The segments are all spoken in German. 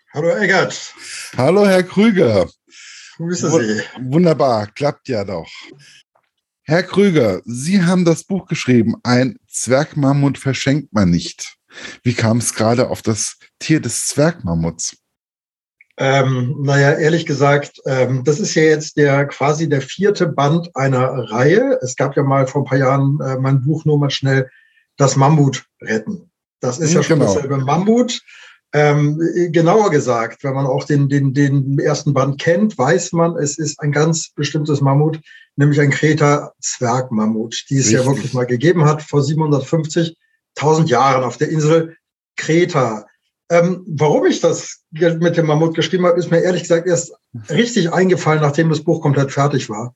Hallo Eggert, Hallo Herr Krüger. grüße Sie. Wunderbar, klappt ja doch. Herr Krüger, Sie haben das Buch geschrieben, ein Zwergmammut verschenkt man nicht. Wie kam es gerade auf das Tier des Zwergmammuts? Naja, ehrlich gesagt, das ist ja jetzt quasi der vierte Band einer Reihe. Es gab ja mal vor ein paar Jahren mein Buch nur mal schnell das Mammut retten. Das ist ja schon Genau, dasselbe Mammut. Genauer gesagt, wenn man auch den ersten Band kennt, weiß man, es ist ein ganz bestimmtes Mammut, nämlich ein Kreter Zwergmammut, die es ja wirklich richtig. mal gegeben hat vor 750.000 Jahren auf der Insel Kreta. Warum ich das mit dem Mammut geschrieben habe, ist mir ehrlich gesagt erst richtig eingefallen, nachdem das Buch komplett fertig war.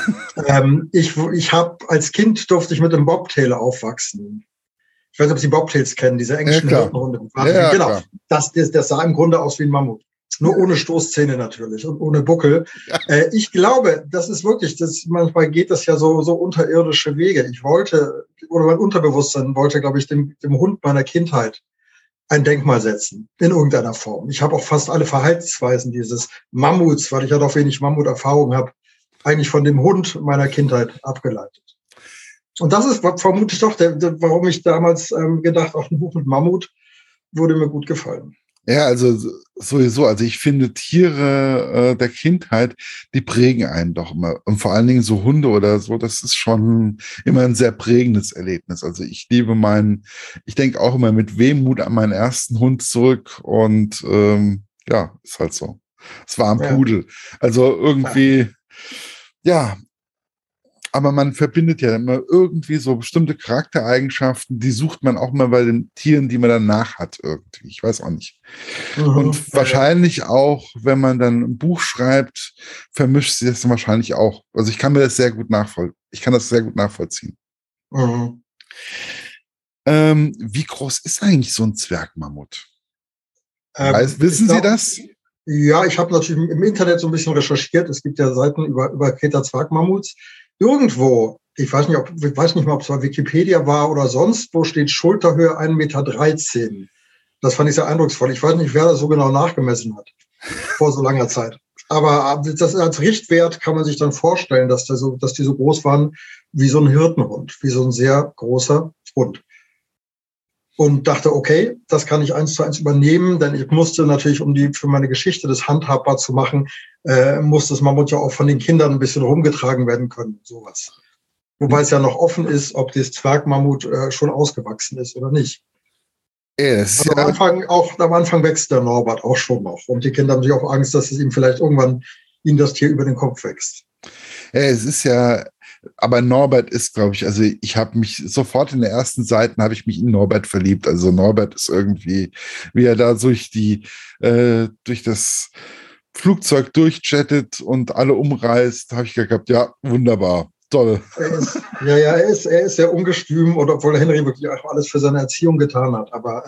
Ich habe als Kind durfte ich mit dem Bobtail aufwachsen. Ich weiß nicht, ob Sie Bobtails kennen, diese Ja, englischen klar. Hirtenhunde. Ja, Genau, klar. das sah im Grunde aus wie ein Mammut. Nur ohne Stoßzähne natürlich und ohne Buckel. Ja. Ich glaube, das ist wirklich, manchmal geht das ja so unterirdische Wege. Oder mein Unterbewusstsein wollte, glaube ich, dem Hund meiner Kindheit ein Denkmal setzen, in irgendeiner Form. Ich habe auch fast alle Verhaltensweisen dieses Mammuts, weil ich ja doch wenig Mammuterfahrung habe, eigentlich von dem Hund meiner Kindheit abgeleitet. Und das ist vermutlich doch, warum ich damals gedacht, auch ein Buch mit Mammut würde mir gut gefallen. Ja, also sowieso. Also ich finde Tiere der Kindheit, die prägen einen doch immer. Und vor allen Dingen so Hunde oder so, das ist schon immer ein sehr prägendes Erlebnis. Also ich denke auch immer mit Wehmut an meinen ersten Hund zurück und ja, ist halt so. Es war ein Ja, Pudel. Also ja. irgendwie, ja, aber man verbindet ja immer irgendwie so bestimmte Charaktereigenschaften, die sucht man auch mal bei den Tieren, die man danach hat irgendwie. Ich weiß auch nicht. Mhm. Und Ja, ja. wahrscheinlich auch, wenn man dann ein Buch schreibt, vermischt sich das dann wahrscheinlich auch. Also ich kann das sehr gut nachvollziehen. Mhm. Wie groß ist eigentlich so ein Zwergmammut? Ich Wissen Sie glaube, das? ja, ich habe natürlich im Internet so ein bisschen recherchiert. Es gibt ja Seiten über Kreta Zwergmammuts. Irgendwo, ich weiß nicht mal, ob es bei Wikipedia war oder sonst, wo steht Schulterhöhe 1,13 Meter. Das fand ich sehr eindrucksvoll. Ich weiß nicht, wer das so genau nachgemessen hat vor so langer Zeit. Aber das als Richtwert kann man sich dann vorstellen, dass die so groß waren wie so ein Hirtenhund, wie so ein sehr großer Hund. Und dachte, okay, das kann ich 1:1 übernehmen, denn ich musste natürlich, um für meine Geschichte das handhabbar zu machen, muss das Mammut ja auch von den Kindern ein bisschen rumgetragen werden können, sowas. Wobei es ja noch offen ist, ob das Zwergmammut schon ausgewachsen ist oder nicht. Das ist Also ja, am Anfang wächst der Norbert auch schon noch. Und die Kinder haben sich auch Angst, dass es ihm vielleicht irgendwann ihnen das Tier über den Kopf wächst. es ist ja, aber Norbert ist, glaube ich, also ich habe mich sofort in den ersten Seiten habe ich mich in Norbert verliebt. Also Norbert ist irgendwie, wie er da durch das Flugzeug durchjettet und alle umreißt, habe ich gehabt, ja, wunderbar, toll. Er ist sehr ungestüm, und obwohl Henry wirklich auch alles für seine Erziehung getan hat. Aber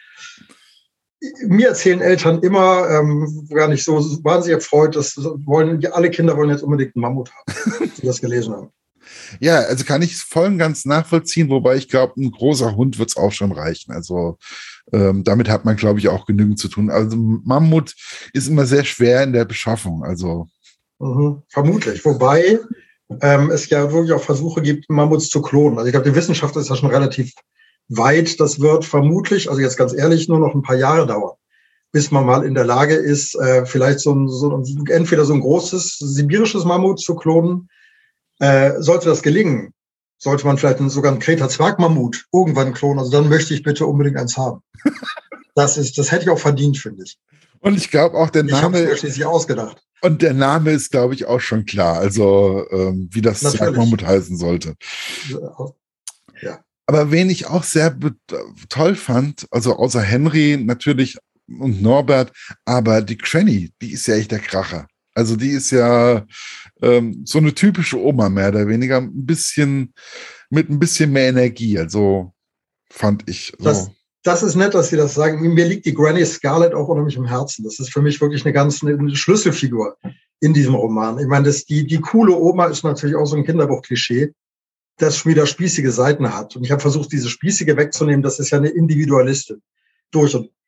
mir erzählen Eltern immer, gar nicht so, waren sie erfreut, alle Kinder wollen jetzt unbedingt einen Mammut haben, die das gelesen haben. Ja, also kann ich es voll und ganz nachvollziehen, wobei ich glaube, ein großer Hund wird es auch schon reichen. Also damit hat man, glaube ich, auch genügend zu tun. Also Mammut ist immer sehr schwer in der Beschaffung. Also Vermutlich. Wobei es ja wirklich auch Versuche gibt, Mammuts zu klonen. Also ich glaube, die Wissenschaft ist ja schon relativ weit. Das wird vermutlich, also jetzt ganz ehrlich, nur noch ein paar Jahre dauern, bis man mal in der Lage ist, vielleicht entweder so ein großes sibirisches Mammut zu klonen. Sollte das gelingen, sollte man vielleicht sogar einen Kreter Zwergmammut irgendwann klonen. Also dann möchte ich bitte unbedingt eins haben. Das hätte ich auch verdient, finde ich. und ich glaube auch Ich habe es mir schließlich ausgedacht. Der Name ist, glaube ich, auch schon klar. Also wie das Natürlich. Zwergmammut heißen sollte. Ja. Aber wen ich auch sehr toll fand, also außer Henry natürlich und Norbert, aber die Granny, die ist ja echt der Kracher. Also die ist ja so eine typische Oma, mehr oder weniger, mit ein bisschen mehr Energie. Also fand ich so. Das ist nett, dass Sie das sagen. Mir liegt die Granny Scarlett auch unheimlich im Herzen. Das ist für mich wirklich eine Schlüsselfigur in diesem Roman. Ich meine, die coole Oma ist natürlich auch so ein Kinderbuch-Klischee, das schon wieder spießige Seiten hat. Und ich habe versucht, diese spießige wegzunehmen. Das ist ja eine Individualistin. Durch und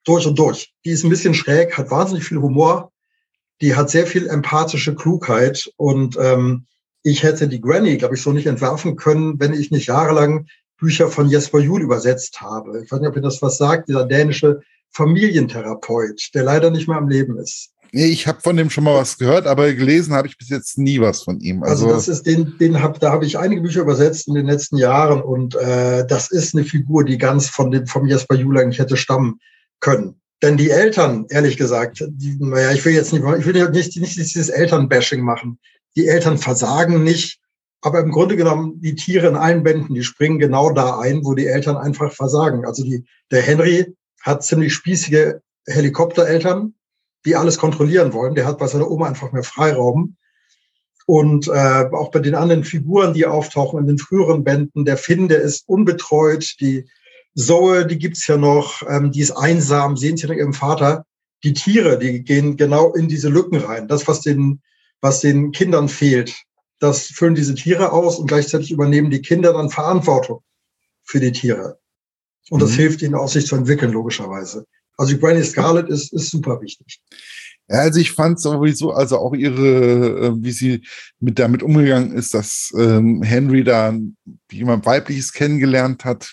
durch und durch. Die ist ein bisschen schräg, hat wahnsinnig viel Humor, die hat sehr viel empathische Klugheit und ich hätte die Granny, glaube ich, so nicht entwerfen können, wenn ich nicht jahrelang Bücher von Jesper Juul übersetzt habe. Ich weiß nicht, ob ihr das was sagt, dieser dänische Familientherapeut, der leider nicht mehr am Leben ist. Nee, ich habe von dem schon mal was gehört, aber gelesen habe ich bis jetzt nie was von ihm. Also das ist da habe ich einige Bücher übersetzt in den letzten Jahren und das ist eine Figur, die ganz vom Jesper Juul eigentlich hätte stammen können. Denn die Eltern, ehrlich gesagt, ich will nicht dieses Elternbashing machen. Die Eltern versagen nicht, aber im Grunde genommen die Tiere in allen Bänden, die springen genau da ein, wo die Eltern einfach versagen. Also der Henry hat ziemlich spießige Helikoptereltern, die alles kontrollieren wollen. Der hat bei seiner Oma einfach mehr Freiraum. Und auch bei den anderen Figuren, die auftauchen in den früheren Bänden, der Finn, der ist unbetreut, die Zoe, die gibt's ja noch, die ist einsam, sehen sie nach ihrem Vater. Die Tiere, die gehen genau in diese Lücken rein. Das, was den Kindern fehlt, das füllen diese Tiere aus und gleichzeitig übernehmen die Kinder dann Verantwortung für die Tiere. Und das hilft ihnen auch, sich zu entwickeln, logischerweise. Also die Granny Scarlett ist super wichtig. Ja, also ich fand sowieso, also auch ihre, wie sie damit umgegangen ist, dass Henry da jemand Weibliches kennengelernt hat,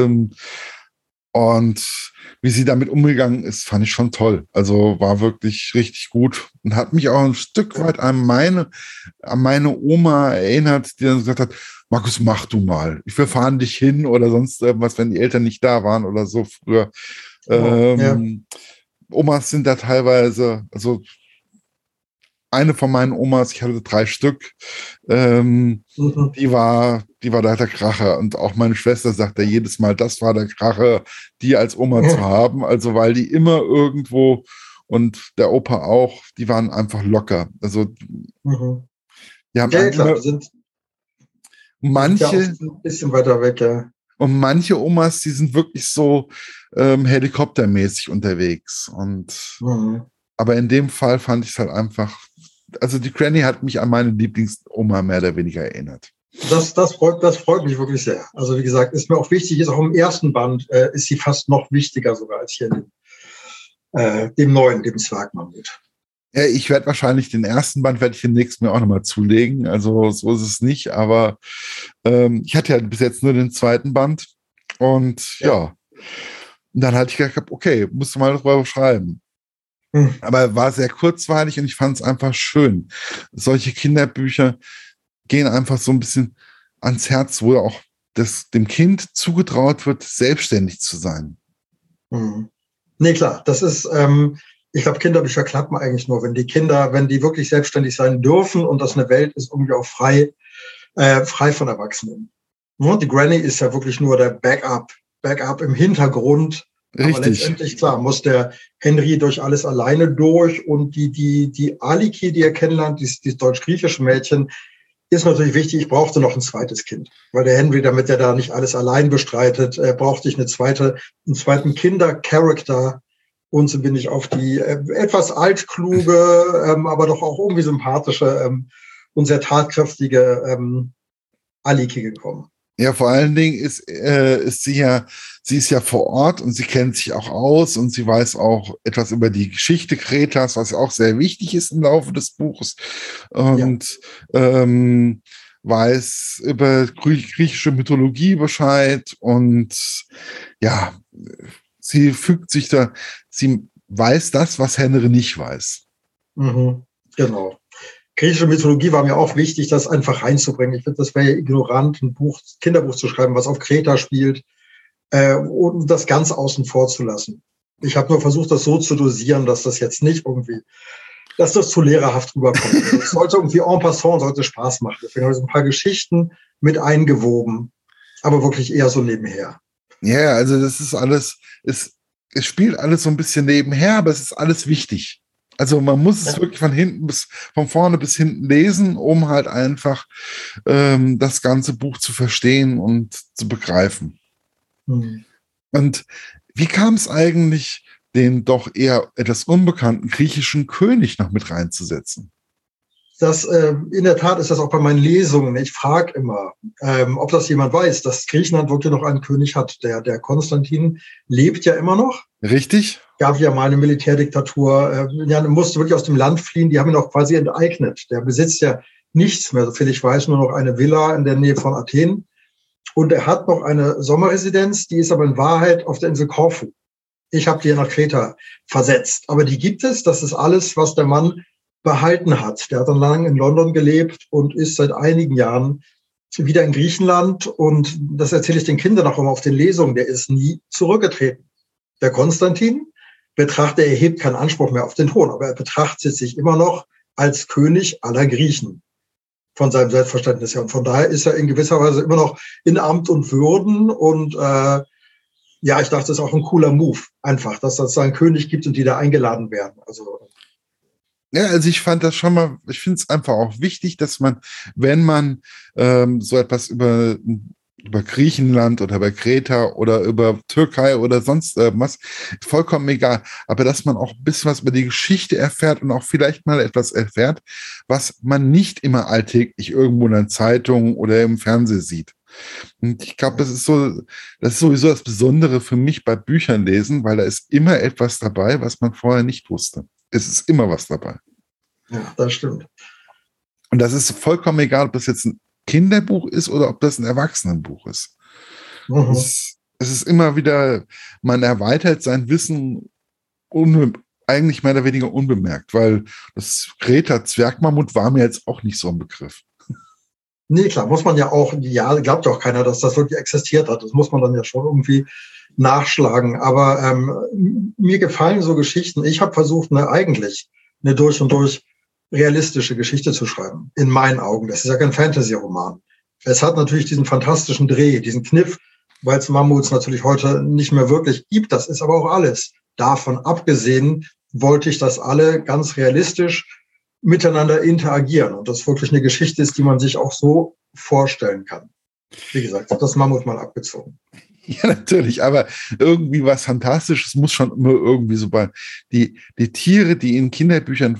und wie sie damit umgegangen ist, fand ich schon toll. Also war wirklich richtig gut und hat mich auch ein Stück weit an meine Oma erinnert, die dann gesagt hat, Markus, mach du mal. Wir fahren dich hin oder sonst irgendwas, wenn die Eltern nicht da waren oder so früher. Omas sind da teilweise, also eine von meinen Omas, ich hatte 3 Stück, die war da der Kracher. Und auch meine Schwester sagt ja jedes Mal, das war der Kracher, die als Oma zu haben. Also weil die immer irgendwo, und der Opa auch, die waren einfach locker. Also die haben ja, klar, manche ein bisschen weiter weg, ja. Und manche Omas, die sind wirklich so helikoptermäßig unterwegs. Und aber in dem Fall fand ich es halt einfach, also die Granny hat mich an meine Lieblingsoma mehr oder weniger erinnert. Das freut mich wirklich sehr. Also wie gesagt, ist mir auch wichtig, ist auch im ersten Band, ist sie fast noch wichtiger sogar als hier in dem neuen, dem Zwergmammut. Ja, ich werde wahrscheinlich den ersten Band werde ich demnächst mir auch nochmal zulegen. Also so ist es nicht, aber ich hatte ja bis jetzt nur den 2. Band und ja. Und dann hatte ich gedacht, okay, musst du mal darüber schreiben. Aber war sehr kurzweilig und ich fand es einfach schön. Solche Kinderbücher gehen einfach so ein bisschen ans Herz, wo auch dem Kind zugetraut wird, selbstständig zu sein. Nee, klar, das ist, ich glaube, Kinderbücher klappen eigentlich nur, wenn die wirklich selbstständig sein dürfen und das eine Welt ist irgendwie auch frei von Erwachsenen. Die Granny ist ja wirklich nur der Backup im Hintergrund. Richtig. Aber letztendlich, klar, muss der Henry durch alles alleine durch und die Aliki, die er kennenlernt, dieses deutsch-griechische Mädchen, ist natürlich wichtig. Ich brauchte noch ein zweites Kind, weil der Henry, damit er da nicht alles allein bestreitet, brauchte ich einen zweiten Kinder-Charakter. Und so bin ich auf die etwas altkluge, aber doch auch irgendwie sympathische und sehr tatkräftige Aliki gekommen. Ja, vor allen Dingen ist sie ist ja vor Ort und sie kennt sich auch aus und sie weiß auch etwas über die Geschichte Kretas, was auch sehr wichtig ist im Laufe des Buches. Und weiß über griechische Mythologie Bescheid und ja, sie weiß das, was Henry nicht weiß. Genau. Griechische Mythologie war mir auch wichtig, das einfach reinzubringen. Ich finde, das wäre ja ignorant, Kinderbuch zu schreiben, was auf Kreta spielt, und das ganz außen vor zu lassen. Ich habe nur versucht, das so zu dosieren, dass das jetzt nicht irgendwie, dass das zu lehrerhaft rüberkommt. Es sollte irgendwie en passant, sollte Spaß machen. Deswegen habe ich so ein paar Geschichten mit eingewoben, aber wirklich eher so nebenher. Ja, also das ist alles, es spielt alles so ein bisschen nebenher, aber es ist alles wichtig. Also man muss es wirklich von vorne bis hinten lesen, um halt einfach das ganze Buch zu verstehen und zu begreifen. Und wie kam es eigentlich, den doch eher etwas unbekannten griechischen König noch mit reinzusetzen? In der Tat ist das auch bei meinen Lesungen. Ich frage immer, ob das jemand weiß, dass Griechenland wirklich noch einen König hat. Der Konstantin lebt ja immer noch. Richtig. gab ja mal eine Militärdiktatur. Ja, musste wirklich aus dem Land fliehen. Die haben ihn auch quasi enteignet. Der besitzt ja nichts mehr, soviel ich weiß, nur noch eine Villa in der Nähe von Athen. Und er hat noch eine Sommerresidenz, die ist aber in Wahrheit auf der Insel Korfu. Ich habe die nach Kreta versetzt. Aber die gibt es. Das ist alles, was der Mann behalten hat. Der hat dann lange in London gelebt und ist seit einigen Jahren wieder in Griechenland. Und das erzähle ich den Kindern auch immer auf den Lesungen. Der ist nie zurückgetreten. Der Konstantin betrachtet, er hebt keinen Anspruch mehr auf den Thron, aber er betrachtet sich immer noch als König aller Griechen von seinem Selbstverständnis her. Und von daher ist er in gewisser Weise immer noch in Amt und Würden. Und ja, ich dachte, das ist auch ein cooler Move, einfach, dass es einen König gibt und die da eingeladen werden. Also ja, also ich fand das schon mal, ich finde es einfach auch wichtig, dass man, wenn man so etwas über Griechenland oder über Kreta oder über Türkei oder sonst was, vollkommen egal, aber dass man auch ein bisschen was über die Geschichte erfährt und auch vielleicht mal etwas erfährt, was man nicht immer alltäglich irgendwo in der Zeitung oder im Fernsehen sieht. Und ich glaube, das ist sowieso das Besondere für mich bei Büchern lesen, weil da ist immer etwas dabei, was man vorher nicht wusste. Es ist immer was dabei. ja, das stimmt. Und das ist vollkommen egal, ob das jetzt ein Kinderbuch ist oder ob das ein Erwachsenenbuch ist. Mhm. Es ist immer wieder, man erweitert sein Wissen eigentlich mehr oder weniger unbemerkt, weil das Kreta Zwergmammut war mir jetzt auch nicht so ein Begriff. Nee, klar, muss man ja auch, ja, glaubt ja auch keiner, dass das wirklich existiert hat. Das muss man dann ja schon irgendwie nachschlagen. Aber mir gefallen so Geschichten. Ich habe versucht, eigentlich eine durch und durch realistische Geschichte zu schreiben. In meinen Augen. Das ist ja kein Fantasy-Roman. Es hat natürlich diesen fantastischen Dreh, diesen Kniff, weil es Mammuts natürlich heute nicht mehr wirklich gibt. Das ist aber auch alles. Davon abgesehen wollte ich, dass alle ganz realistisch miteinander interagieren und das wirklich eine Geschichte ist, die man sich auch so vorstellen kann. Wie gesagt, ich habe das Mammut mal abgezogen. Ja, natürlich, aber irgendwie was Fantastisches muss schon immer irgendwie so bei die Tiere, die in Kinderbüchern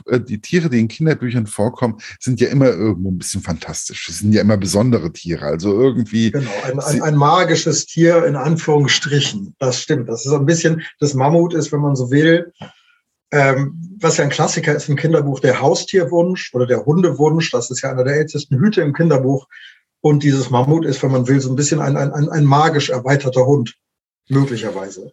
vorkommen, sind ja immer irgendwo ein bisschen fantastisch. Das sind ja immer besondere Tiere, also irgendwie. Genau, ein magisches Tier in Anführungsstrichen. Das stimmt. Das ist ein bisschen, das Mammut ist, wenn man so will, was ja ein Klassiker ist im Kinderbuch, der Haustierwunsch oder der Hundewunsch. Das ist ja einer der ältesten Hüte im Kinderbuch. Und dieses Mammut ist, wenn man will, so ein bisschen ein magisch erweiterter Hund, möglicherweise.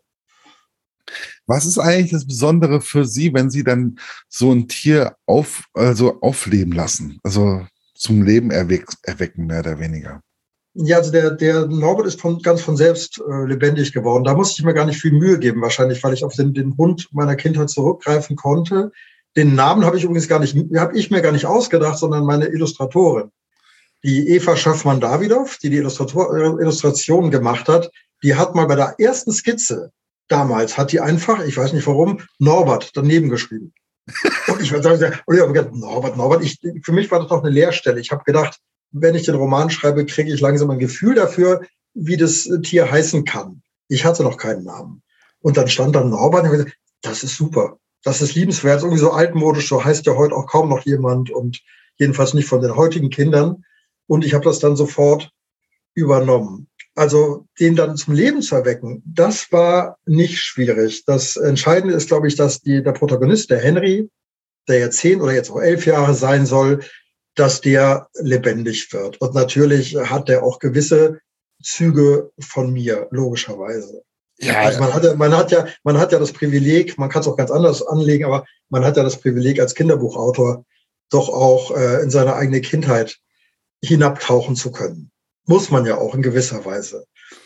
Was ist eigentlich das Besondere für Sie, wenn Sie dann so ein Tier aufleben lassen, also zum Leben erwecken, mehr oder weniger? Ja, also der Norbert ist ganz von selbst lebendig geworden. Da musste ich mir gar nicht viel Mühe geben, wahrscheinlich, weil ich auf den Hund meiner Kindheit zurückgreifen konnte. Den Namen habe ich übrigens habe ich mir gar nicht ausgedacht, sondern meine Illustratorin. Die Eva Schaffmann-Dawidow, die Illustrationen gemacht hat, die hat mal bei der ersten Skizze damals, hat die einfach, ich weiß nicht warum, Norbert daneben geschrieben. Und ich würde sagen, Norbert, für mich war das doch eine Leerstelle. Ich habe gedacht, wenn ich den Roman schreibe, kriege ich langsam ein Gefühl dafür, wie das Tier heißen kann. Ich hatte noch keinen Namen. Und dann stand da Norbert und ich gesagt, das ist super. Das ist liebenswert, irgendwie so altmodisch, so heißt ja heute auch kaum noch jemand und jedenfalls nicht von den heutigen Kindern. Und ich habe das dann sofort übernommen. Also den dann zum Leben zu erwecken, das war nicht schwierig. Das Entscheidende ist, glaube ich, dass der Protagonist, der Henry, der jetzt 10 oder jetzt auch 11 Jahre sein soll, dass der lebendig wird. Und natürlich hat der auch gewisse Züge von mir, logischerweise. Ja, also man hat ja das Privileg, man kann es auch ganz anders anlegen, aber man hat ja das Privileg als Kinderbuchautor doch auch in seine eigene Kindheit hinabtauchen zu können. Muss man ja auch in gewisser Weise.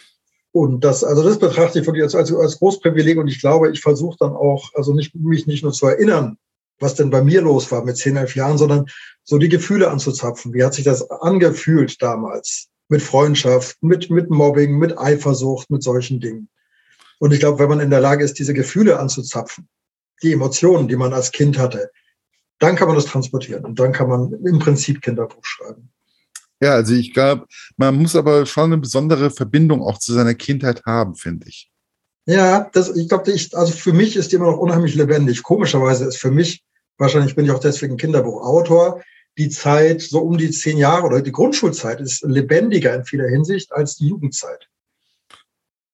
Und das betrachte ich wirklich als Großprivileg und ich glaube, ich versuche dann auch, also mich nicht nur zu erinnern, was denn bei mir los war mit 10, 11 Jahren, sondern so die Gefühle anzuzapfen. Wie hat sich das angefühlt damals? Mit Freundschaft, mit Mobbing, mit Eifersucht, mit solchen Dingen. Und ich glaube, wenn man in der Lage ist, diese Gefühle anzuzapfen, die Emotionen, die man als Kind hatte, dann kann man das transportieren und dann kann man im Prinzip Kinderbuch schreiben. Ja, also ich glaube, man muss aber schon eine besondere Verbindung auch zu seiner Kindheit haben, finde ich. Ja, ich glaube, also für mich ist die immer noch unheimlich lebendig. Komischerweise ist für mich, wahrscheinlich bin ich auch deswegen Kinderbuchautor, die Zeit so um die 10 Jahre oder die Grundschulzeit ist lebendiger in vieler Hinsicht als die Jugendzeit.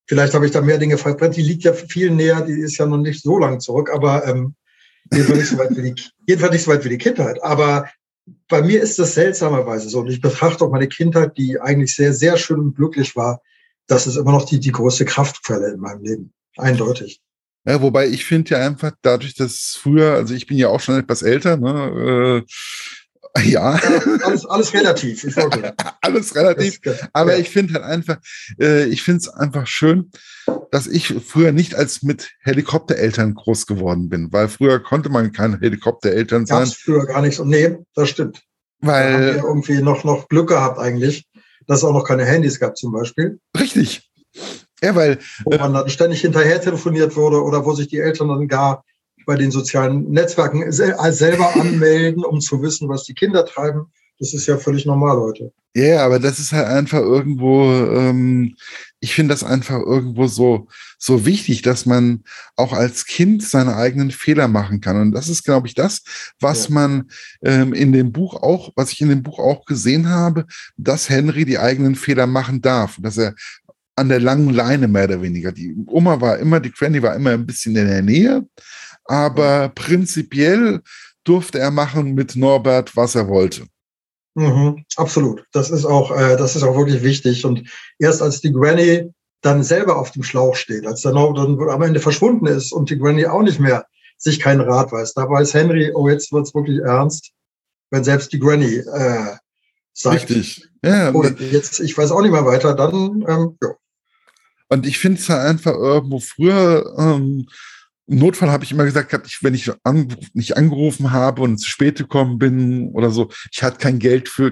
Vielleicht habe ich da mehr Dinge verbrennt. Die liegt ja viel näher, die ist ja noch nicht so lang zurück, aber jedenfalls nicht so weit wie die Kindheit. Aber bei mir ist das seltsamerweise so. Und ich betrachte auch meine Kindheit, die eigentlich sehr, sehr schön und glücklich war. Das ist immer noch die größte Kraftquelle in meinem Leben. Eindeutig. Ja, wobei ich finde ja einfach, dadurch, dass früher, also ich bin ja auch schon etwas älter, ne? Ja. Alles relativ. Alles relativ. Aber ich finde halt einfach, ich finde es einfach schön, dass ich früher nicht als mit Helikoptereltern groß geworden bin, weil früher konnte man keine Helikoptereltern sein. Gab's früher gar nicht so. Nee, das stimmt. Weil da haben wir irgendwie noch Glück gehabt eigentlich, dass es auch noch keine Handys gab zum Beispiel. Richtig. Ja, weil wo man dann ständig hinterher telefoniert wurde oder wo sich die Eltern dann gar bei den sozialen Netzwerken selber anmelden, um zu wissen, was die Kinder treiben. Das ist ja völlig normal heute. Ja, aber das ist halt einfach irgendwo, ich finde das einfach irgendwo so wichtig, dass man auch als Kind seine eigenen Fehler machen kann. Und das ist, glaube ich, das, was man in dem Buch auch, was ich in dem Buch auch gesehen habe, dass Henry die eigenen Fehler machen darf. Dass er an der langen Leine mehr oder weniger. Die Granny war immer ein bisschen in der Nähe, aber prinzipiell durfte er machen mit Norbert, was er wollte. Mhm, absolut. Das ist auch wirklich wichtig. Und erst als die Granny dann selber auf dem Schlauch steht, als der Norbert dann am Ende verschwunden ist und die Granny auch nicht mehr sich keinen Rat weiß, da weiß Henry, oh, jetzt wird's wirklich ernst, wenn selbst die Granny sagt, richtig. Ja, oh, jetzt, ich weiß auch nicht mehr weiter, dann, ja. Und ich finde es halt einfach irgendwo früher, im Notfall habe ich immer gesagt, wenn ich nicht angerufen habe und zu spät gekommen bin oder so, ich hatte Kleingeld für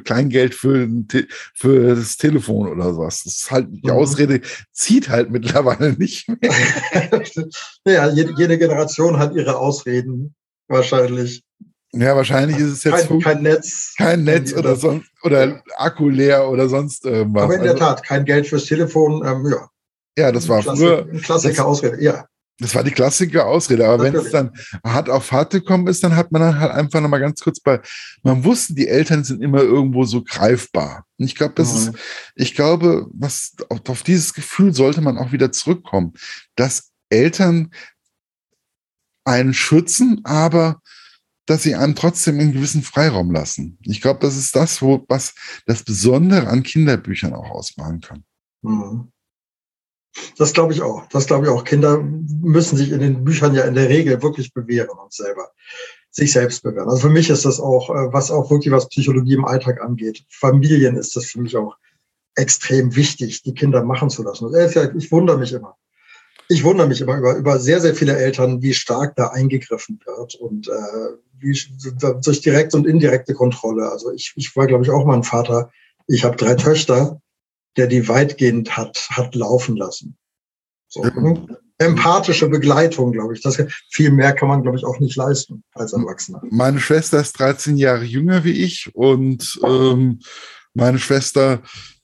das Telefon oder sowas. Das ist halt, die Ausrede zieht halt mittlerweile nicht mehr. Ja, jede Generation hat ihre Ausreden, wahrscheinlich. Ja, wahrscheinlich ist es jetzt kein Netz. Kein Netz oder sonst, oder Akku leer oder sonst irgendwas. Aber in der Tat, kein Geld fürs Telefon, ja. Ja, das war früher. Ein Klassiker-Ausrede, ja. Das war die Klassiker-Ausrede, aber wenn es dann hart auf hart gekommen ist, dann hat man dann halt einfach nochmal ganz kurz man wusste, die Eltern sind immer irgendwo so greifbar. Und ich glaube, auf dieses Gefühl sollte man auch wieder zurückkommen, dass Eltern einen schützen, aber dass sie einem trotzdem einen gewissen Freiraum lassen. Ich glaube, das ist das, was das Besondere an Kinderbüchern auch ausmachen kann. Mhm. Das glaube ich auch. Kinder müssen sich in den Büchern ja in der Regel wirklich bewähren und sich selbst bewähren. Also für mich ist das auch, was Psychologie im Alltag angeht. Familien ist das für mich auch extrem wichtig, die Kinder machen zu lassen. Ich wundere mich immer. Über sehr, sehr viele Eltern, wie stark da eingegriffen wird und wie durch direkte und indirekte Kontrolle. Also ich war, glaube ich, auch mal ein Vater. Ich habe 3 Töchter, der die weitgehend hat laufen lassen. So, empathische Begleitung, glaube ich. Viel mehr kann man, glaube ich, auch nicht leisten als Erwachsener. Meine Schwester ist 13 Jahre jünger wie ich und meine Schwester,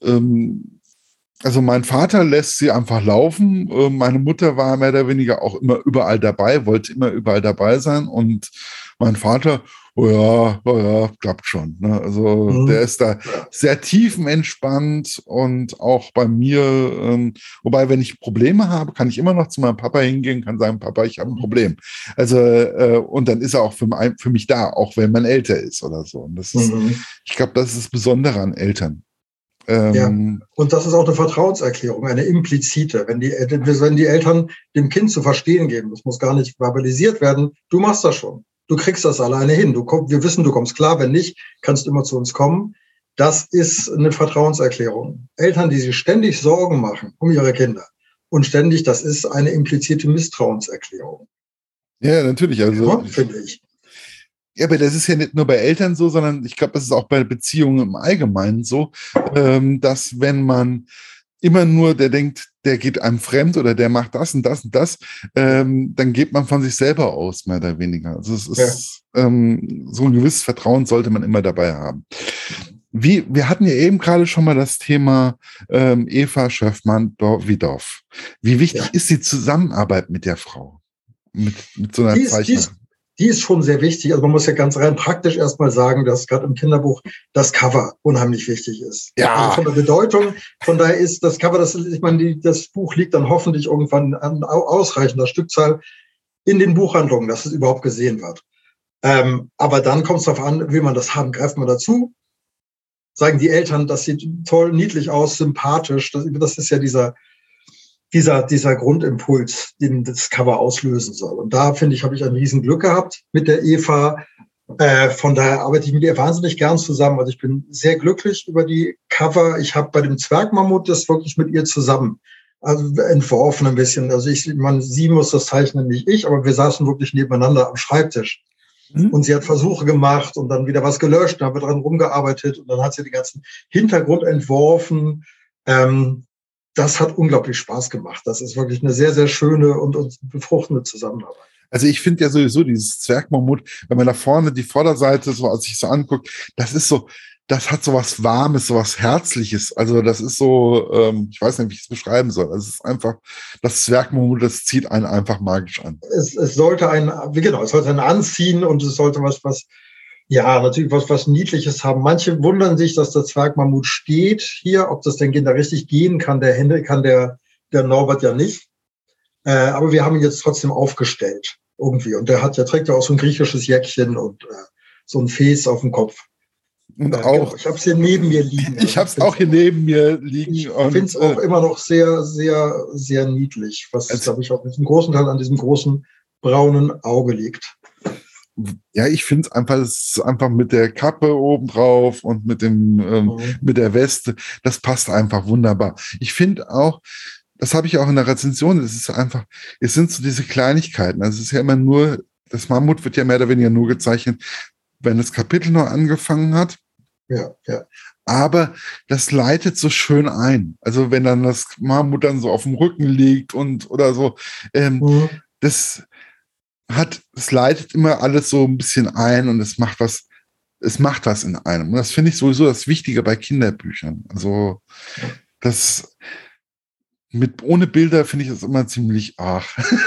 also mein Vater lässt sie einfach laufen. Meine Mutter war mehr oder weniger auch immer überall dabei, wollte immer überall dabei sein und mein Vater, oh ja, klappt schon. Ne? Also der ist da sehr tiefenentspannt und auch bei mir, wobei, wenn ich Probleme habe, kann ich immer noch zu meinem Papa hingehen, kann sagen, Papa, ich habe ein Problem. Also, und dann ist er auch für mich da, auch wenn man älter ist oder so. Und das ist, ich glaube, das ist das Besondere an Eltern. Ja, und das ist auch eine Vertrauenserklärung, eine implizite. Wenn die Eltern dem Kind zu verstehen geben, das muss gar nicht verbalisiert werden, du machst das schon. Du kriegst das alleine hin. Wir wissen, du kommst klar. Wenn nicht, kannst du immer zu uns kommen. Das ist eine Vertrauenserklärung. Eltern, die sich ständig Sorgen machen um ihre Kinder und ständig, das ist eine implizite Misstrauenserklärung. Ja, natürlich. Also, ja, finde ich. Ja, aber das ist ja nicht nur bei Eltern so, sondern ich glaube, das ist auch bei Beziehungen im Allgemeinen so, dass wenn man immer nur der denkt, der geht einem fremd oder der macht das und das und das, dann geht man von sich selber aus, mehr oder weniger. Also es ist so ein gewisses Vertrauen sollte man immer dabei haben. Wir hatten ja eben gerade schon mal das Thema Eva Schöffmann-Wiedoff. Wie wichtig ist die Zusammenarbeit mit der Frau? Mit so einer Zeichnerin? die ist schon sehr wichtig. Also man muss ja ganz rein praktisch erstmal sagen, dass gerade im Kinderbuch das Cover unheimlich wichtig ist. Ja. Also von der Bedeutung, von daher ist das Cover, ich meine, das Buch liegt dann hoffentlich irgendwann an ausreichender Stückzahl in den Buchhandlungen, dass es überhaupt gesehen wird. Aber dann kommt es darauf an, will man das haben, greift man dazu, sagen die Eltern, das sieht toll, niedlich aus, sympathisch. Das ist ja dieser Grundimpuls, den das Cover auslösen soll. Und da, finde ich, habe ich ein Riesenglück gehabt mit der Eva. Von daher arbeite ich mit ihr wahnsinnig gern zusammen. Also ich bin sehr glücklich über die Cover. Ich habe bei dem Zwergmammut das wirklich mit ihr zusammen entworfen ein bisschen. Also sie muss das zeichnen, nicht ich, aber wir saßen wirklich nebeneinander am Schreibtisch. Und sie hat Versuche gemacht und dann wieder was gelöscht, dann haben wir dran rumgearbeitet und dann hat sie den ganzen Hintergrund entworfen. Das hat unglaublich Spaß gemacht. Das ist wirklich eine sehr, sehr schöne und befruchtende Zusammenarbeit. Also ich finde ja sowieso dieses Zwergmammut, wenn man da vorne die Vorderseite so, als ich so angucke, das hat so was Warmes, so was Herzliches. Also das ist so, ich weiß nicht, wie ich es beschreiben soll. Also es ist einfach, das Zwergmammut, das zieht einen einfach magisch an. Es sollte einen anziehen und es sollte natürlich was Niedliches haben. Manche wundern sich, dass der Zwergmammut steht hier, ob das denn da richtig gehen kann. Der Hände kann der Norbert ja nicht. Aber wir haben ihn jetzt trotzdem aufgestellt irgendwie. Und trägt ja auch so ein griechisches Jäckchen und so ein Fes auf dem Kopf. Und auch, genau. Ich habe es hier neben mir liegen. Ich habe es auch hier neben mir liegen. Ich finde es auch immer noch sehr, sehr, sehr niedlich, was, glaube ich, auch mit einem großen Teil an diesem großen braunen Auge liegt. Ja, ich finde es einfach mit der Kappe obendrauf und mit der Weste, das passt einfach wunderbar. Ich finde auch, das habe ich auch in der Rezension, es sind so diese Kleinigkeiten. Also es ist ja immer nur, das Mammut wird ja mehr oder weniger nur gezeichnet, wenn das Kapitel noch angefangen hat. Ja. Aber das leitet so schön ein. Also wenn dann das Mammut dann so auf dem Rücken liegt oder so, das leitet immer alles so ein bisschen ein und es macht was in einem. Und das finde ich sowieso das Wichtige bei Kinderbüchern. Also ohne Bilder finde ich das immer ziemlich arg.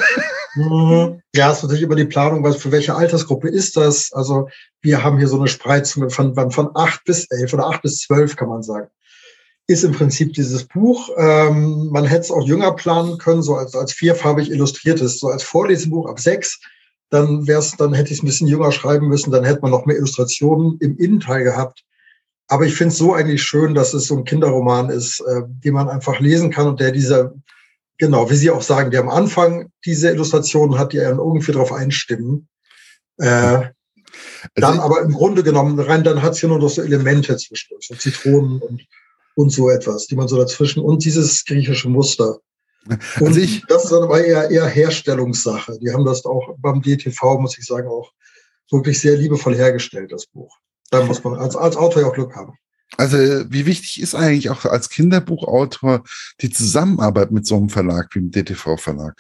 Ja, es ist natürlich über die Planung, für welche Altersgruppe ist das? Also wir haben hier so eine Spreizung von 8 bis 11 oder 8 bis 12, kann man sagen. Ist im Prinzip dieses Buch. Man hätte es auch jünger planen können, so als vierfarbig illustriertes, so als Vorlesebuch ab 6. Dann hätte ich es ein bisschen jünger schreiben müssen, dann hätte man noch mehr Illustrationen im Innenteil gehabt. Aber ich finde es so eigentlich schön, dass es so ein Kinderroman ist, den man einfach lesen kann und der genau, wie Sie auch sagen, der am Anfang diese Illustrationen hat, die einen irgendwie darauf einstimmen. Dann aber im Grunde genommen dann hat es hier nur noch so Elemente zwischendurch, so Zitronen und so etwas, die man so dazwischen und dieses griechische Muster. Und das ist dann aber eher Herstellungssache. Die haben das auch beim DTV, muss ich sagen, auch wirklich sehr liebevoll hergestellt, das Buch. Da muss man als Autor ja auch Glück haben. Also wie wichtig ist eigentlich auch als Kinderbuchautor die Zusammenarbeit mit so einem Verlag wie dem DTV-Verlag?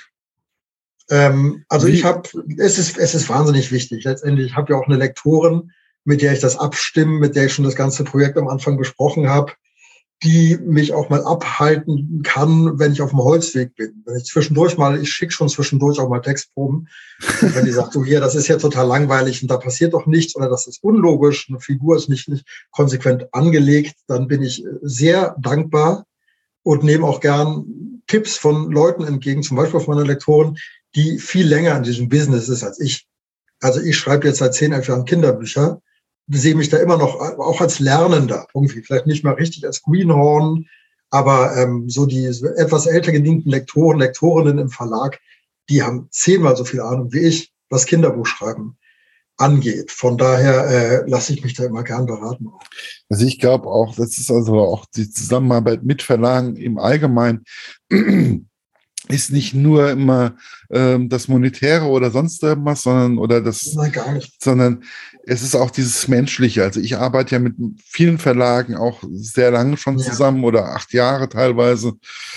Es ist wahnsinnig wichtig. Letztendlich habe ich auch eine Lektorin, mit der ich das abstimme, mit der ich schon das ganze Projekt am Anfang besprochen habe, die mich auch mal abhalten kann, wenn ich auf dem Holzweg bin. Wenn ich schicke schon zwischendurch auch mal Textproben. Und wenn die sagt, so hier, das ist ja total langweilig und da passiert doch nichts oder das ist unlogisch, eine Figur ist nicht konsequent angelegt, dann bin ich sehr dankbar und nehme auch gern Tipps von Leuten entgegen, zum Beispiel von meiner Lektorin, die viel länger in diesem Business ist als ich. Also ich schreibe jetzt seit 10, 11 Jahren Kinderbücher, sehe mich da immer noch auch als Lernender, irgendwie vielleicht nicht mal richtig als Greenhorn, aber so die etwas älter gedienten Lektorinnen im Verlag, die haben 10-mal so viel Ahnung wie ich, was Kinderbuchschreiben angeht. Von daher lasse ich mich da immer gern beraten. Also ich glaube auch, das ist also auch die Zusammenarbeit mit Verlagen im Allgemeinen ist nicht nur immer das Monetäre oder sonst irgendwas, Nein, gar nicht. Sondern es ist auch dieses Menschliche. Also ich arbeite ja mit vielen Verlagen auch sehr lange schon zusammen oder 8 Jahre teilweise.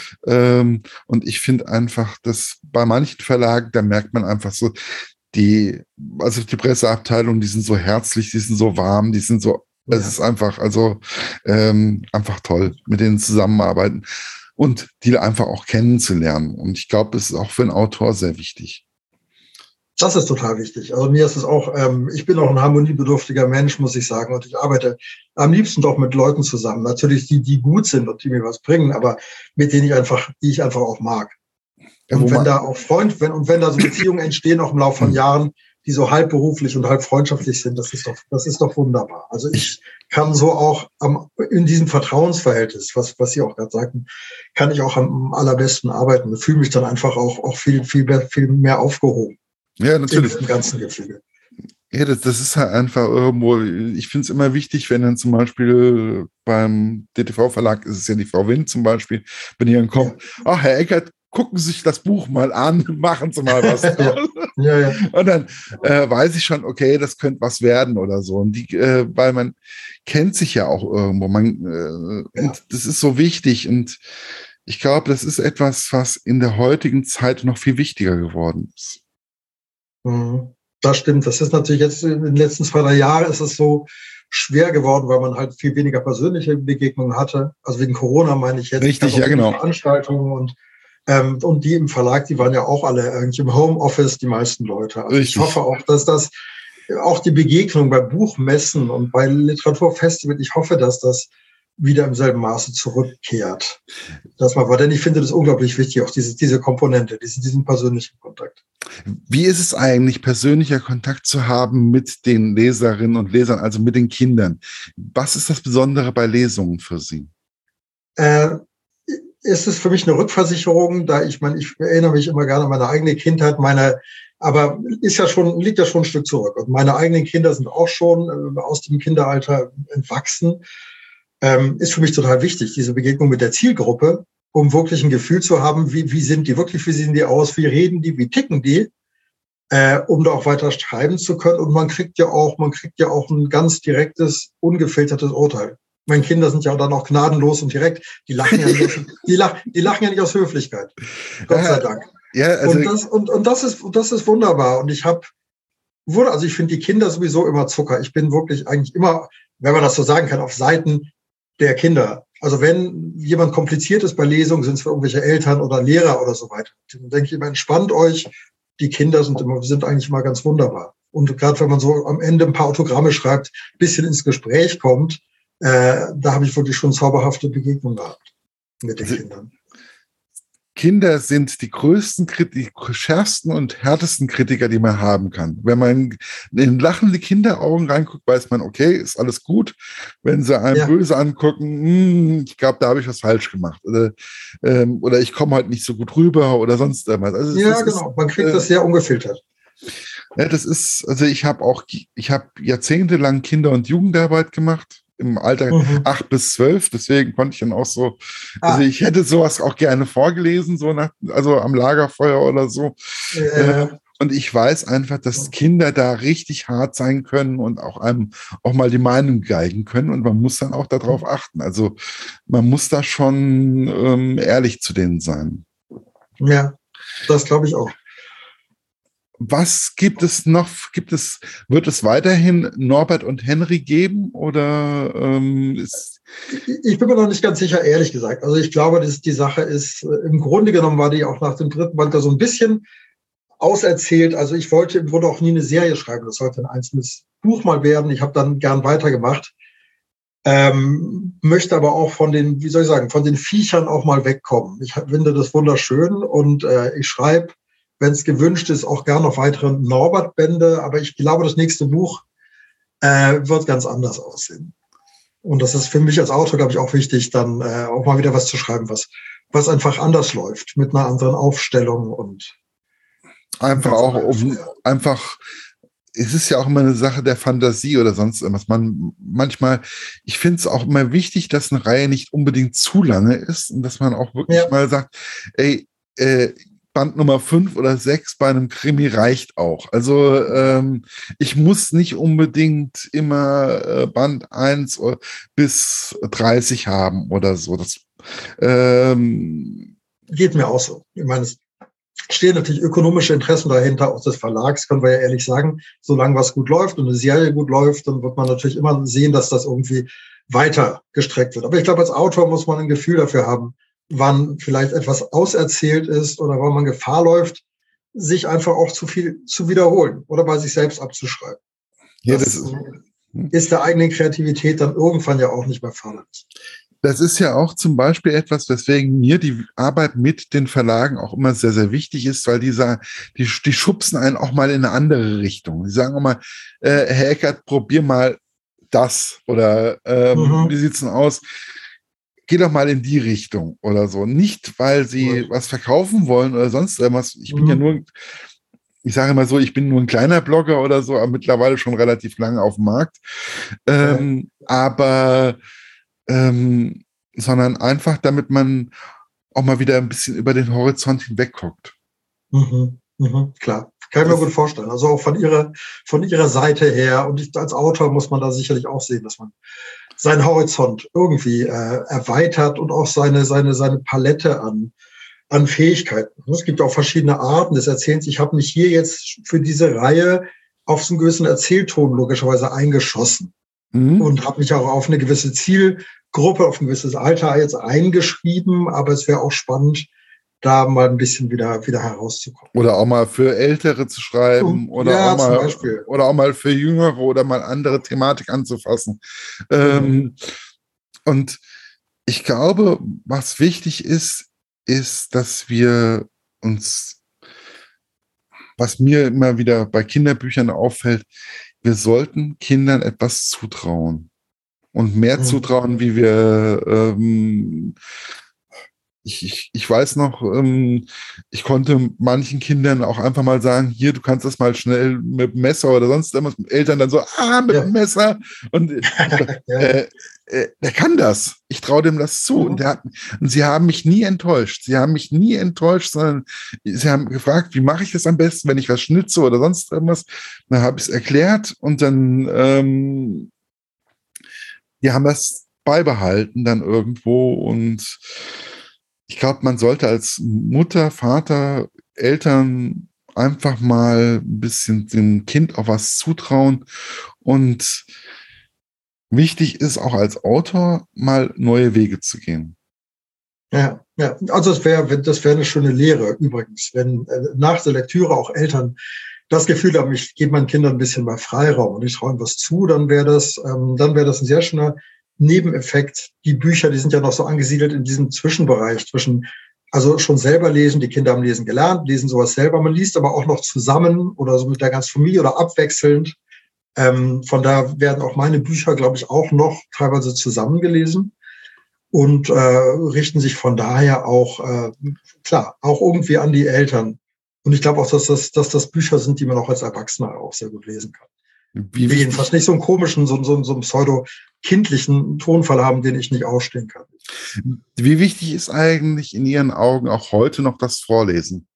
Und ich finde einfach, dass bei manchen Verlagen, da merkt man einfach so, die Presseabteilung, die sind so herzlich, die sind so warm, die sind so, es ist einfach, einfach toll, mit denen zusammenarbeiten. Und die einfach auch kennenzulernen. Und ich glaube, es ist auch für einen Autor sehr wichtig. Das ist total wichtig. Also mir ist es auch, ich bin auch ein harmoniebedürftiger Mensch, muss ich sagen. Und ich arbeite am liebsten doch mit Leuten zusammen. Natürlich die gut sind und die mir was bringen, aber mit denen die ich einfach auch mag. Ja, wo Und wenn man, da auch wenn da so Beziehungen entstehen, auch im Laufe von Jahren, die so halb beruflich und halb freundschaftlich sind, das ist doch wunderbar. Also ich kann so auch in diesem Vertrauensverhältnis, was Sie auch gerade sagten, kann ich auch am allerbesten arbeiten. Ich fühle mich dann einfach auch viel mehr aufgehoben ja, in natürlich. diesem ganzen Gefüge. Ja, das ist halt einfach irgendwo, ich finde es immer wichtig, wenn dann zum Beispiel beim DTV-Verlag ist es ja die Frau Wind zum Beispiel, wenn die dann Ja. kommt, ach, Herr Eckert, gucken Sie sich das Buch mal an, machen Sie mal was Ja. draus. Ja. Und dann weiß ich schon, okay, das könnte was werden oder so. Und weil man kennt sich ja auch irgendwo, und das ist so wichtig. Und ich glaube, das ist etwas, was in der heutigen Zeit noch viel wichtiger geworden ist. Mhm. Das stimmt. Das ist natürlich jetzt in den letzten 2, 3 Jahren ist es so schwer geworden, weil man halt viel weniger persönliche Begegnungen hatte. Also wegen Corona meine ich jetzt. Ich Richtig, hatte auch ja, wenig genau. Veranstaltungen und die im Verlag, die waren ja auch alle irgendwie im Homeoffice, die meisten Leute. Also ich hoffe Richtig. auch, dass das auch die Begegnung bei Buchmessen und bei Literaturfestivals, ich hoffe, dass das wieder im selben Maße zurückkehrt. Denn ich finde das unglaublich wichtig, auch diese Komponente, diesen persönlichen Kontakt. Wie ist es eigentlich, persönlicher Kontakt zu haben mit den Leserinnen und Lesern, also mit den Kindern? Was ist das Besondere bei Lesungen für Sie? Ist es für mich eine Rückversicherung, da ich erinnere mich immer gerne an meine eigene Kindheit, aber liegt ja schon ein Stück zurück. Und meine eigenen Kinder sind auch schon aus dem Kinderalter entwachsen. Ist für mich total wichtig, diese Begegnung mit der Zielgruppe, um wirklich ein Gefühl zu haben, wie sind die aus, wie reden die, wie ticken die, um da auch weiter schreiben zu können. Und man kriegt ja auch ein ganz direktes, ungefiltertes Urteil. Meine Kinder sind ja dann auch gnadenlos und direkt. Die lachen ja nicht, die lachen ja nicht aus Höflichkeit. Gott sei Dank. Ja, also Und das ist wunderbar. Und ich finde die Kinder sowieso immer Zucker. Ich bin wirklich eigentlich immer, wenn man das so sagen kann, auf Seiten der Kinder. Also wenn jemand kompliziert ist bei Lesungen, sind es für irgendwelche Eltern oder Lehrer oder so weiter. Dann denke ich immer, entspannt euch. Die Kinder sind eigentlich immer ganz wunderbar. Und gerade wenn man so am Ende ein paar Autogramme schreibt, ein bisschen ins Gespräch kommt, da habe ich wirklich schon zauberhafte Begegnungen gehabt mit den Kindern. Kinder sind die größten, die schärfsten und härtesten Kritiker, die man haben kann. Wenn man in lachende Kinderaugen reinguckt, weiß man, okay, ist alles gut. Wenn sie einen böse angucken, ich glaube, da habe ich was falsch gemacht. Oder ich komme halt nicht so gut rüber oder sonst irgendwas. Also genau. Man kriegt das sehr ungefiltert. Ja, also ich habe jahrzehntelang Kinder- und Jugendarbeit gemacht. Im Alter 8 bis 12, deswegen konnte ich dann auch so, also ich hätte sowas auch gerne vorgelesen, also am Lagerfeuer oder so. Und ich weiß einfach, dass Kinder da richtig hart sein können und auch einem auch mal die Meinung geigen können und man muss dann auch darauf achten. Also man muss da schon ehrlich zu denen sein. Ja, das glaube ich auch. Was gibt es noch? Wird es weiterhin Norbert und Henry geben oder ich bin mir noch nicht ganz sicher, ehrlich gesagt. Also ich glaube, dass die Sache ist, im Grunde genommen war die auch nach dem 3. Band da so ein bisschen auserzählt. Also ich wollte im Grunde auch nie eine Serie schreiben. Das sollte ein einzelnes Buch mal werden. Ich habe dann gern weitergemacht. Möchte aber auch von den Viechern auch mal wegkommen. Ich finde das wunderschön und ich schreibe, wenn es gewünscht ist, auch gerne noch weitere Norbert-Bände. Aber ich glaube, das nächste Buch wird ganz anders aussehen. Und das ist für mich als Autor, glaube ich, auch wichtig, dann auch mal wieder was zu schreiben, was einfach anders läuft, mit einer anderen Aufstellung und einfach auch es ist ja auch immer eine Sache der Fantasie oder sonst irgendwas. Ich finde es auch immer wichtig, dass eine Reihe nicht unbedingt zu lange ist und dass man auch wirklich mal sagt, ey, Band Nummer 5 oder 6 bei einem Krimi reicht auch. Also ich muss nicht unbedingt immer Band 1 bis 30 haben oder so. Das geht mir auch so. Ich meine, es stehen natürlich ökonomische Interessen dahinter, auch des Verlags, können wir ja ehrlich sagen. Solange was gut läuft und eine Serie gut läuft, dann wird man natürlich immer sehen, dass das irgendwie weiter gestreckt wird. Aber ich glaube, als Autor muss man ein Gefühl dafür haben, wann vielleicht etwas auserzählt ist oder wann man Gefahr läuft, sich einfach auch zu viel zu wiederholen oder bei sich selbst abzuschreiben. Ja, Das ist der eigenen Kreativität dann irgendwann ja auch nicht mehr förderlich. Das ist ja auch zum Beispiel etwas, weswegen mir die Arbeit mit den Verlagen auch immer sehr, sehr wichtig ist, weil die schubsen einen auch mal in eine andere Richtung. Die sagen auch mal, Herr Eckert, probier mal das oder wie sieht's denn aus? Geh doch mal in die Richtung oder so. Nicht, weil sie was verkaufen wollen oder sonst irgendwas. Ich bin ja nur, ich sage mal so, ich bin nur ein kleiner Blogger oder so, aber mittlerweile schon relativ lange auf dem Markt. Sondern einfach, damit man auch mal wieder ein bisschen über den Horizont hinweg guckt. Klar, kann ich mir gut vorstellen. Also auch von ihrer Seite her. Und als Autor muss man da sicherlich auch sehen, dass man seinen Horizont irgendwie erweitert und auch seine Palette an Fähigkeiten. Es gibt auch verschiedene Arten des Erzählens. Ich habe mich hier jetzt für diese Reihe auf so einen gewissen Erzählton logischerweise eingeschossen und habe mich auch auf eine gewisse Zielgruppe, auf ein gewisses Alter jetzt eingeschrieben. Aber es wäre auch spannend, da mal ein bisschen wieder herauszukommen. Oder auch mal für Ältere zu schreiben oder auch mal für Jüngere oder mal andere Thematik anzufassen. Und ich glaube, was wichtig ist, dass wir uns, was mir immer wieder bei Kinderbüchern auffällt, wir sollten Kindern etwas zutrauen. Und mehr zutrauen, wie wir ich weiß noch, ich konnte manchen Kindern auch einfach mal sagen, hier, du kannst das mal schnell mit dem Messer oder sonst irgendwas, Eltern dann so, mit dem Messer. Und der kann das. Ich traue dem das zu. Und sie haben mich nie enttäuscht. Sondern sie haben gefragt, wie mache ich das am besten, wenn ich was schnitze oder sonst irgendwas. Dann habe ich es erklärt und dann die haben das beibehalten dann irgendwo und ich glaube, man sollte als Mutter, Vater, Eltern einfach mal ein bisschen dem Kind auch was zutrauen. Und wichtig ist auch als Autor mal neue Wege zu gehen. Ja. Also das wäre eine schöne Lehre übrigens, wenn nach der Lektüre auch Eltern das Gefühl haben, ich gebe meinen Kindern ein bisschen mal Freiraum und ich traue ihnen was zu, dann wäre das ein sehr schöner Nebeneffekt. Die Bücher, die sind ja noch so angesiedelt in diesem Zwischenbereich also schon selber lesen, die Kinder haben lesen gelernt, lesen sowas selber, man liest aber auch noch zusammen oder so mit der ganzen Familie oder abwechselnd. Von da werden auch meine Bücher, glaube ich, auch noch teilweise zusammengelesen und richten sich von daher auch, klar, auch irgendwie an die Eltern. Und ich glaube auch, dass das Bücher sind, die man auch als Erwachsener auch sehr gut lesen kann. Die jedenfalls nicht so einen komischen, so einen pseudo-kindlichen Tonfall haben, den ich nicht ausstehen kann. Wie wichtig ist eigentlich in Ihren Augen auch heute noch das Vorlesen?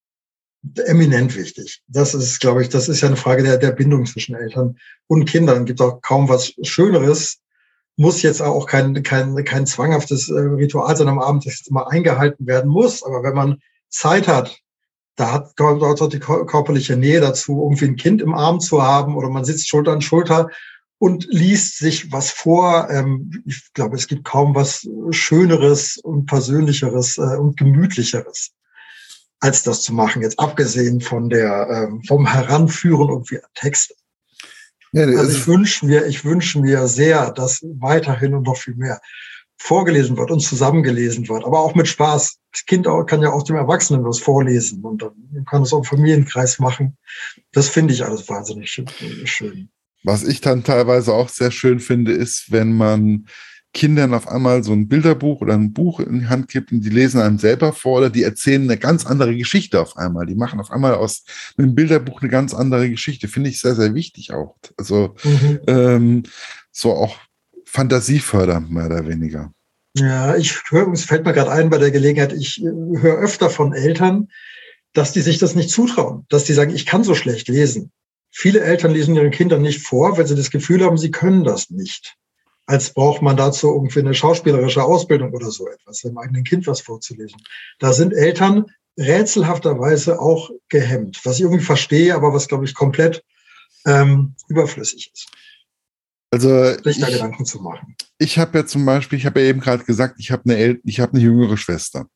Eminent wichtig. Das ist, glaube ich, das ist ja eine Frage der Bindung zwischen Eltern und Kindern. Gibt auch kaum was Schöneres. Muss jetzt auch kein zwanghaftes Ritual sein am Abend, das jetzt immer eingehalten werden muss. Aber wenn man Zeit hat, kommt auch die körperliche Nähe dazu, irgendwie ein Kind im Arm zu haben oder man sitzt Schulter an Schulter und liest sich was vor. Ich glaube, es gibt kaum was Schöneres und Persönlicheres und Gemütlicheres, als das zu machen, jetzt abgesehen von vom Heranführen irgendwie an Texte. Ja, also ich wünsche mir sehr, dass weiterhin und noch viel mehr vorgelesen wird und zusammengelesen wird, aber auch mit Spaß. Das Kind kann ja auch dem Erwachsenen was vorlesen und dann kann es auch im Familienkreis machen. Das finde ich alles wahnsinnig schön. Was ich dann teilweise auch sehr schön finde, ist, wenn man Kindern auf einmal so ein Bilderbuch oder ein Buch in die Hand gibt und die lesen einem selber vor oder die erzählen eine ganz andere Geschichte auf einmal. Die machen auf einmal aus einem Bilderbuch eine ganz andere Geschichte. Finde ich sehr, sehr wichtig auch. Also so auch Fantasiefördernd mehr oder weniger. Ja, es fällt mir gerade ein bei der Gelegenheit, ich höre öfter von Eltern, dass die sich das nicht zutrauen, dass die sagen, ich kann so schlecht lesen. Viele Eltern lesen ihren Kindern nicht vor, weil sie das Gefühl haben, sie können das nicht. Als braucht man dazu irgendwie eine schauspielerische Ausbildung oder so etwas, dem eigenen Kind was vorzulesen. Da sind Eltern rätselhafterweise auch gehemmt, was ich irgendwie verstehe, aber was, glaube ich, komplett überflüssig ist. Also sich da Gedanken zu machen. Ich habe ja zum Beispiel, ich habe ja eben gerade gesagt, ich habe eine jüngere Schwester.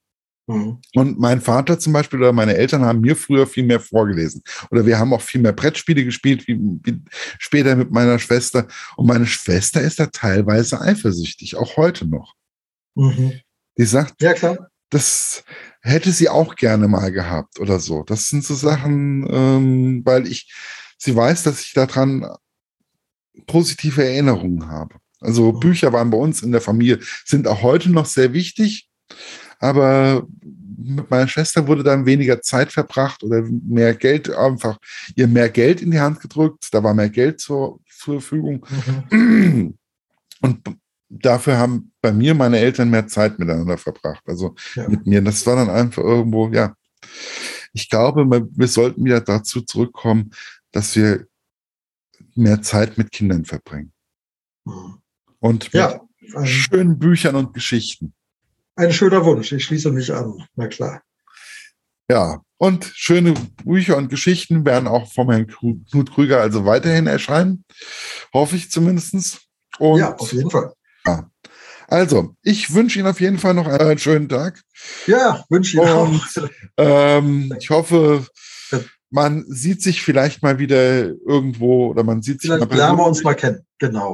Mhm. Und mein Vater zum Beispiel oder meine Eltern haben mir früher viel mehr vorgelesen. Oder wir haben auch viel mehr Brettspiele gespielt, wie später mit meiner Schwester. Und meine Schwester ist da teilweise eifersüchtig, auch heute noch. Mhm. Die sagt, Ja, klar. das hätte sie auch gerne mal gehabt oder so. Das sind so Sachen, weil sie weiß, dass ich daran positive Erinnerungen habe. Also Mhm. Bücher waren bei uns in der Familie, sind auch heute noch sehr wichtig, aber mit meiner Schwester wurde dann weniger Zeit verbracht oder mehr Geld, einfach ihr mehr Geld in die Hand gedrückt, da war mehr Geld zur Verfügung. Mhm. Und dafür haben bei mir meine Eltern mehr Zeit miteinander verbracht, also Ja. mit mir. Das war dann einfach irgendwo, ja. Ich glaube, wir sollten wieder dazu zurückkommen, dass wir mehr Zeit mit Kindern verbringen. Mhm. Und mit Ja, schönen Büchern und Geschichten. ein schöner Wunsch. Ich schließe mich an. Na klar. Ja, und schöne Bücher und Geschichten werden auch vom Herrn Knut Krüger also weiterhin erscheinen. Hoffe ich zumindest. Ja, auf Und jeden Fall. ja, also, ich wünsche Ihnen auf jeden Fall noch einen schönen Tag. Ja, wünsche Ihnen auch. Und ich hoffe, man sieht sich vielleicht mal wieder irgendwo oder man sieht sich mal Vielleicht lernen wir uns persönlich. mal kennen. Genau.